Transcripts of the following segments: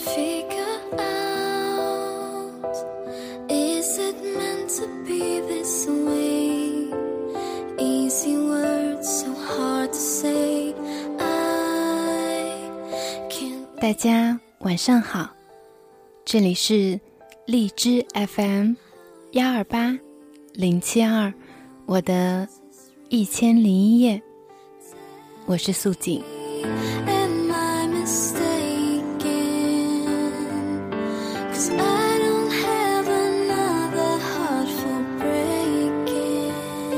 figure out, is it meant to be this way? Easy words so hard to say. I can't. 大家晚上好，这里是荔枝 FM128-072，我的1001夜，我是素锦。 Am I mistaken? 'Cause I don't have another heart for breaking.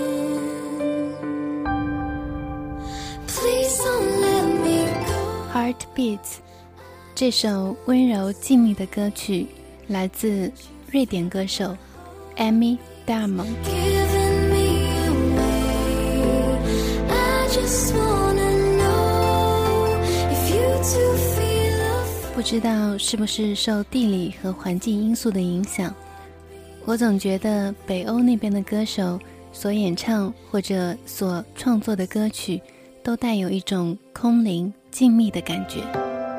Please don't let me go. Heartbeats 这首温柔静谧的歌曲来自瑞典歌手 Amy Diamond。 Giving me away. I just wanna know if you too feel afraid. 不知道是不是受地理和环境因素的影响，我总觉得北欧那边的歌手所演唱或者所创作的歌曲都带有一种空灵静谧的感觉。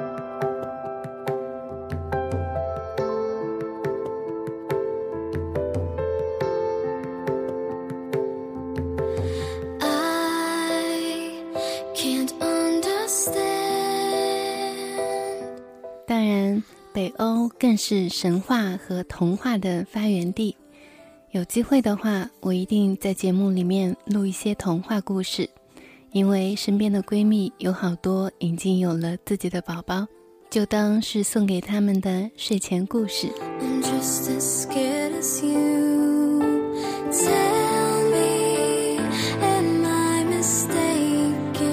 当然，北欧更是神话和童话的发源地。有机会的话，我一定在节目里面录一些童话故事，因为身边的闺蜜有好多已经有了自己的宝宝，就当是送给他们的睡前故事。 I'm just as scared as you. Tell me, am I mistaken?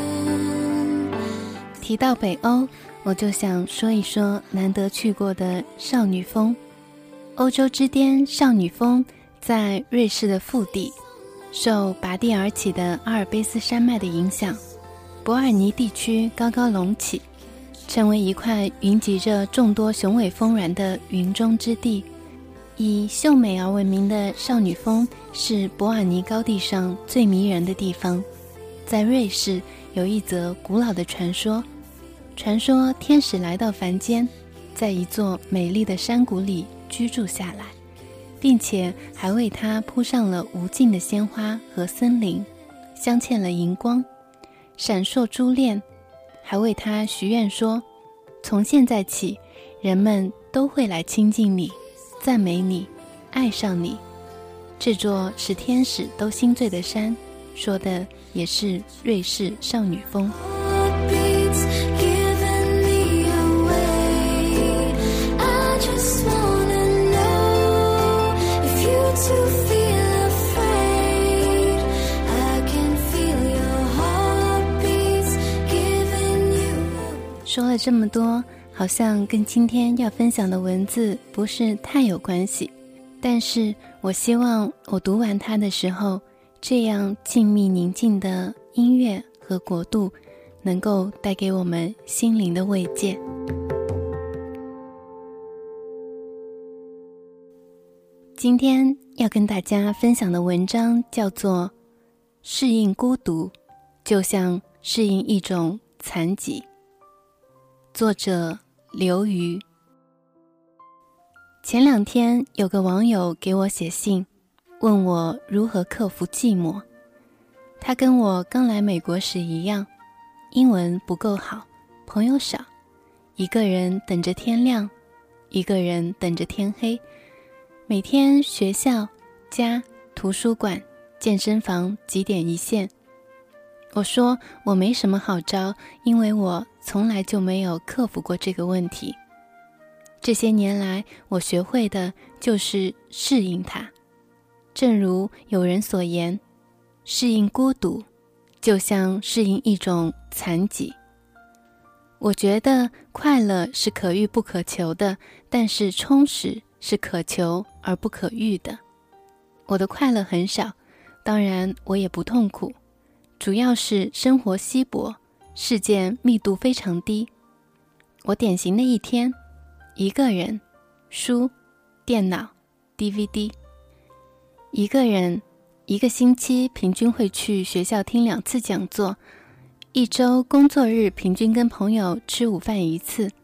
提到北欧，我就想说一说难得去过的少女峰。欧洲之巅少女峰在瑞士的腹地，受拔地而起的阿尔卑斯山脉的影响，伯尔尼地区高高隆起，成为一块云集着众多雄伟峰峦的云中之地。以秀美而闻名的少女峰是伯尔尼高地上最迷人的地方。在瑞士有一则古老的传说，传说天使来到凡间，在一座美丽的山谷里居住下来，并且还为它铺上了无尽的鲜花和森林，镶嵌了荧光，闪烁珠链，还为它许愿说，从现在起，人们都会来亲近你，赞美你，爱上你。这座使天使都心醉的山，说的也是瑞士少女峰。 Heartbeats giving me away. I just wanna know if you too feel afraid. I can feel your heartbeats giving you away. 说了这么多，好像跟今天要分享的文字不是太有关系，但是我希望我读完它的时候，这样静谧宁静的音乐和国度能够带给我们心灵的慰藉。今天要跟大家分享的文章叫做《适应孤独，就像适应一种残疾》，作者刘瑜。前2天有个网友给我写信，问我如何克服寂寞。他跟我刚来美国时一样，英文不够好，朋友少，一个人等着天亮，一个人等着天黑，每天学校、家、图书馆、健身房几点一线。我说我没什么好招，因为我从来就没有克服过这个问题。这些年来，我学会的就是适应它。正如有人所言，适应孤独，就像适应一种残疾。我觉得快乐是可遇不可求的，但是充实是可求而不可遇的。我的快乐很少，当然我也不痛苦，主要是生活稀薄，事件密度非常低。我典型的一天，一个人，书、电脑、DVD。一个人，一个星期平均会去学校听2次讲座，一周工作日平均跟朋友吃午饭1次，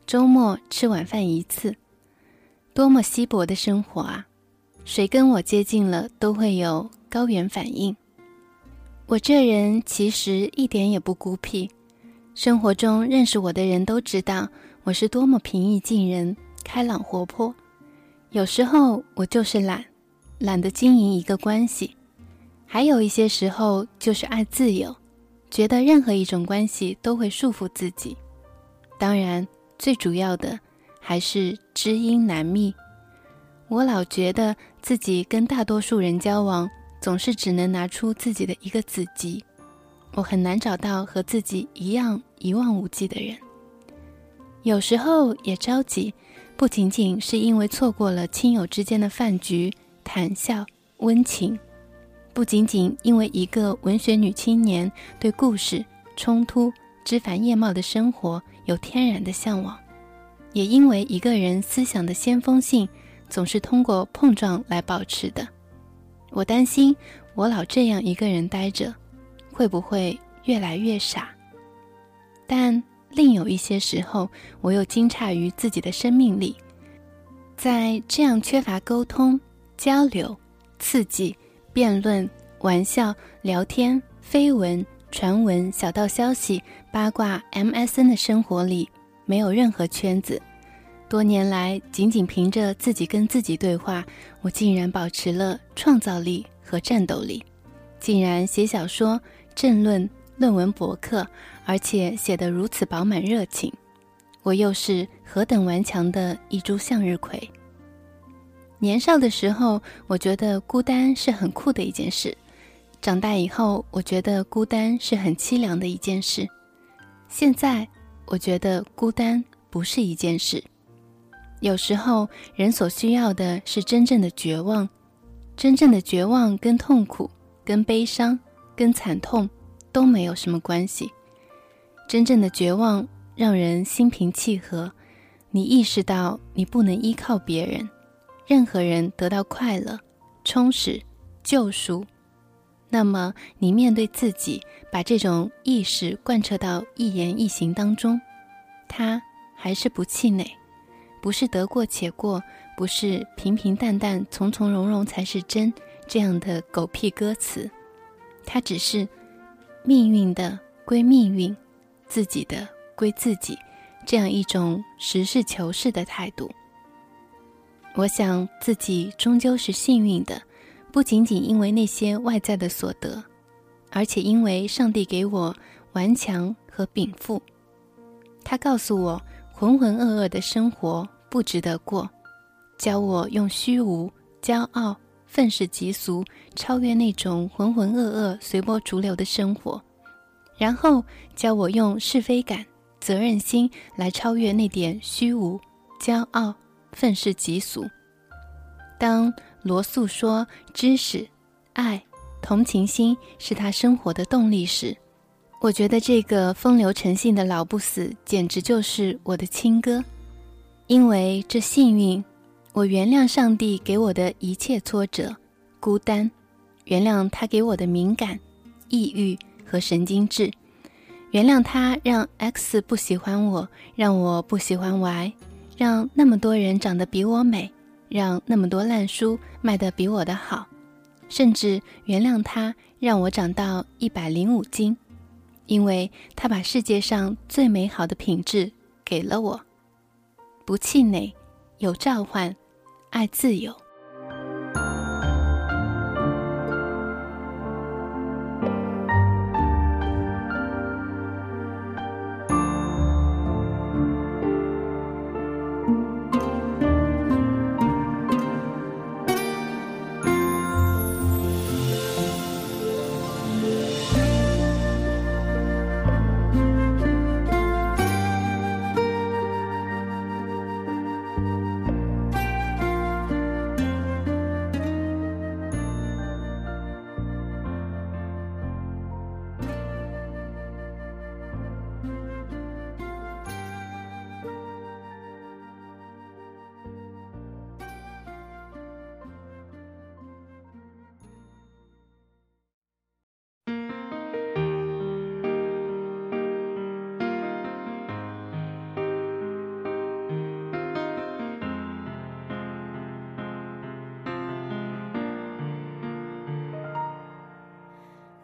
周末吃晚饭一次。多么稀薄的生活啊！谁跟我接近了都会有高原反应。我这人其实一点也不孤僻，生活中认识我的人都知道我是多么平易近人、开朗活泼。有时候我就是懒得经营一个关系，还有一些时候就是爱自由，觉得任何一种关系都会束缚自己。当然，最主要的还是知音难觅。我老觉得自己跟大多数人交往，总是只能拿出自己的一个子集，我很难找到和自己一样一望无际的人。有时候也着急，不仅仅是因为错过了亲友之间的饭局、谈笑、温情，不仅仅因为一个文学女青年对故事、冲突、枝繁叶茂的生活有天然的向往，也因为一个人思想的先锋性总是通过碰撞来保持的。我担心我老这样一个人待着，会不会越来越傻？但另有一些时候，我又惊诧于自己的生命力。在这样缺乏沟通、交流、刺激、辩论、玩笑、聊天、绯闻、传闻、小道消息、八卦、MSN 的生活里，没有任何圈子。多年来，仅仅凭着自己跟自己对话，我竟然保持了创造力和战斗力，竟然写小说、政论、论文博客，而且写得如此饱满热情。我又是何等顽强的一株向日葵。年少的时候，我觉得孤单是很酷的一件事，长大以后，我觉得孤单是很凄凉的一件事。现在，我觉得孤单不是一件事。有时候，人所需要的是真正的绝望，真正的绝望跟痛苦、跟悲伤、跟惨痛都没有什么关系。真正的绝望让人心平气和，你意识到你不能依靠别人，任何人得到快乐、充实、救赎，那么你面对自己，把这种意识贯彻到一言一行当中，他还是不气馁，不是得过且过，不是平平淡淡、从从容容才是真这样的狗屁歌词，它只是命运的归命运，自己的归自己，这样一种实事求是的态度。我想自己终究是幸运的，不仅仅因为那些外在的所得，而且因为上帝给我顽强和禀赋。他告诉我，浑浑噩噩的生活不值得过，教我用虚无、骄傲、愤世嫉俗超越那种浑浑噩噩、随波逐流的生活，然后教我用是非感、责任心来超越那点虚无、骄傲、愤世嫉俗。当罗素说知识、爱、同情心是他生活的动力时，我觉得这个风流成性的老不死简直就是我的亲哥。因为这幸运，我原谅上帝给我的一切挫折、孤单，原谅他给我的敏感、抑郁和神经质，原谅他让 X 不喜欢我，让我不喜欢 Y， 让那么多人长得比我美，让那么多烂书卖得比我的好，甚至原谅他让我长到105斤，因为他把世界上最美好的品质给了我。不气馁，有召唤，爱自由。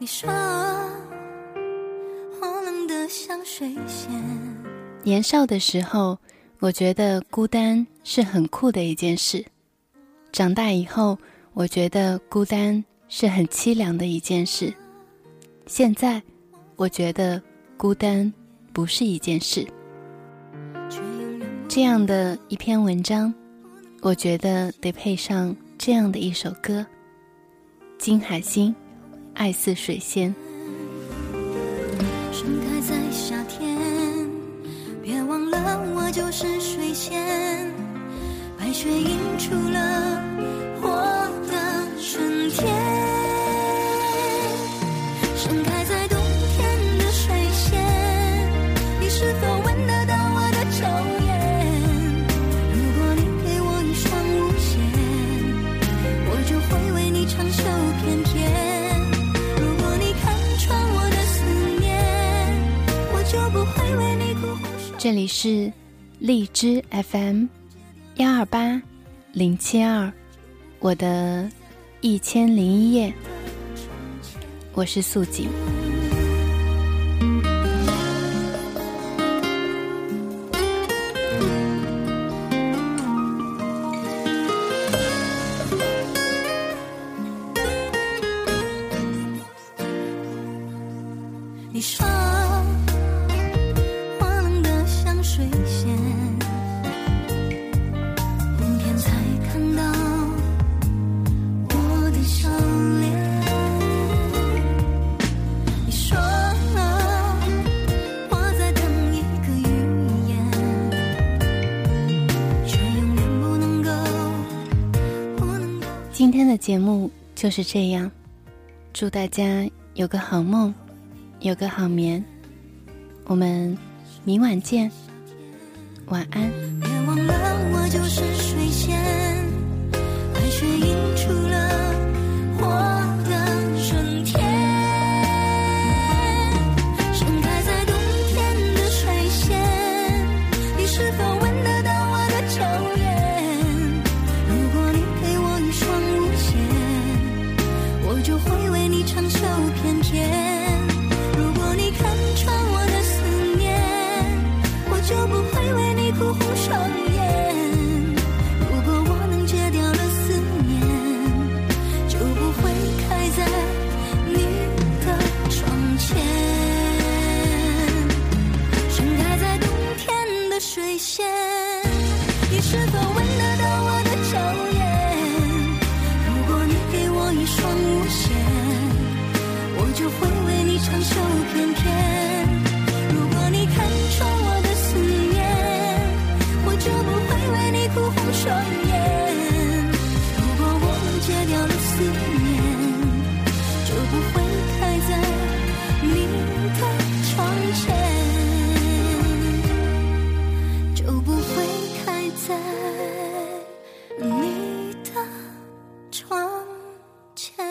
说我冷得像水仙。 年少的时候，我觉得孤单是很酷的一件事。长大以后，我觉得孤单是很凄凉的一件事。现在，我觉得孤单不是一件事。这样的一篇文章，我觉得得配上这样的一首歌，金海心，爱似水仙。 盛开在夏天，别忘了我就是水仙，白雪映出了我的春天。盛开在冬天的水仙，你是否闻得到我的抽烟？如果你给我一双无限，我就会为你长袖翩翩。如果你看穿我的思念，我就不会为你哭红手。 这里是荔枝 FM128-072，我的1001夜，我是素锦。 你说我冷得像水仙，明天才看到我的笑脸。你说我在等一个语言，却永远不能够。 今天的节目就是这样，祝大家有个好梦，有个好眠，我们明晚见，晚安。 别忘了我就是水仙，白雪映出了我的春天。盛开在冬天的水仙，你是否闻得到我的抽烟？如果你给我一双无限，我就会为你长袖翩翩。就不会为你哭红双眼。如果我能戒掉了思念，就不会开在你的窗前。盛开在冬天的水仙，你是否闻得到我的抽烟？如果你给我一双无限，我就会为你长袖翩翩。如果你看穿我的就不会为你哭红双眼。如果我能戒掉了思念，就不会开在你的窗前，就不会开在你的窗前。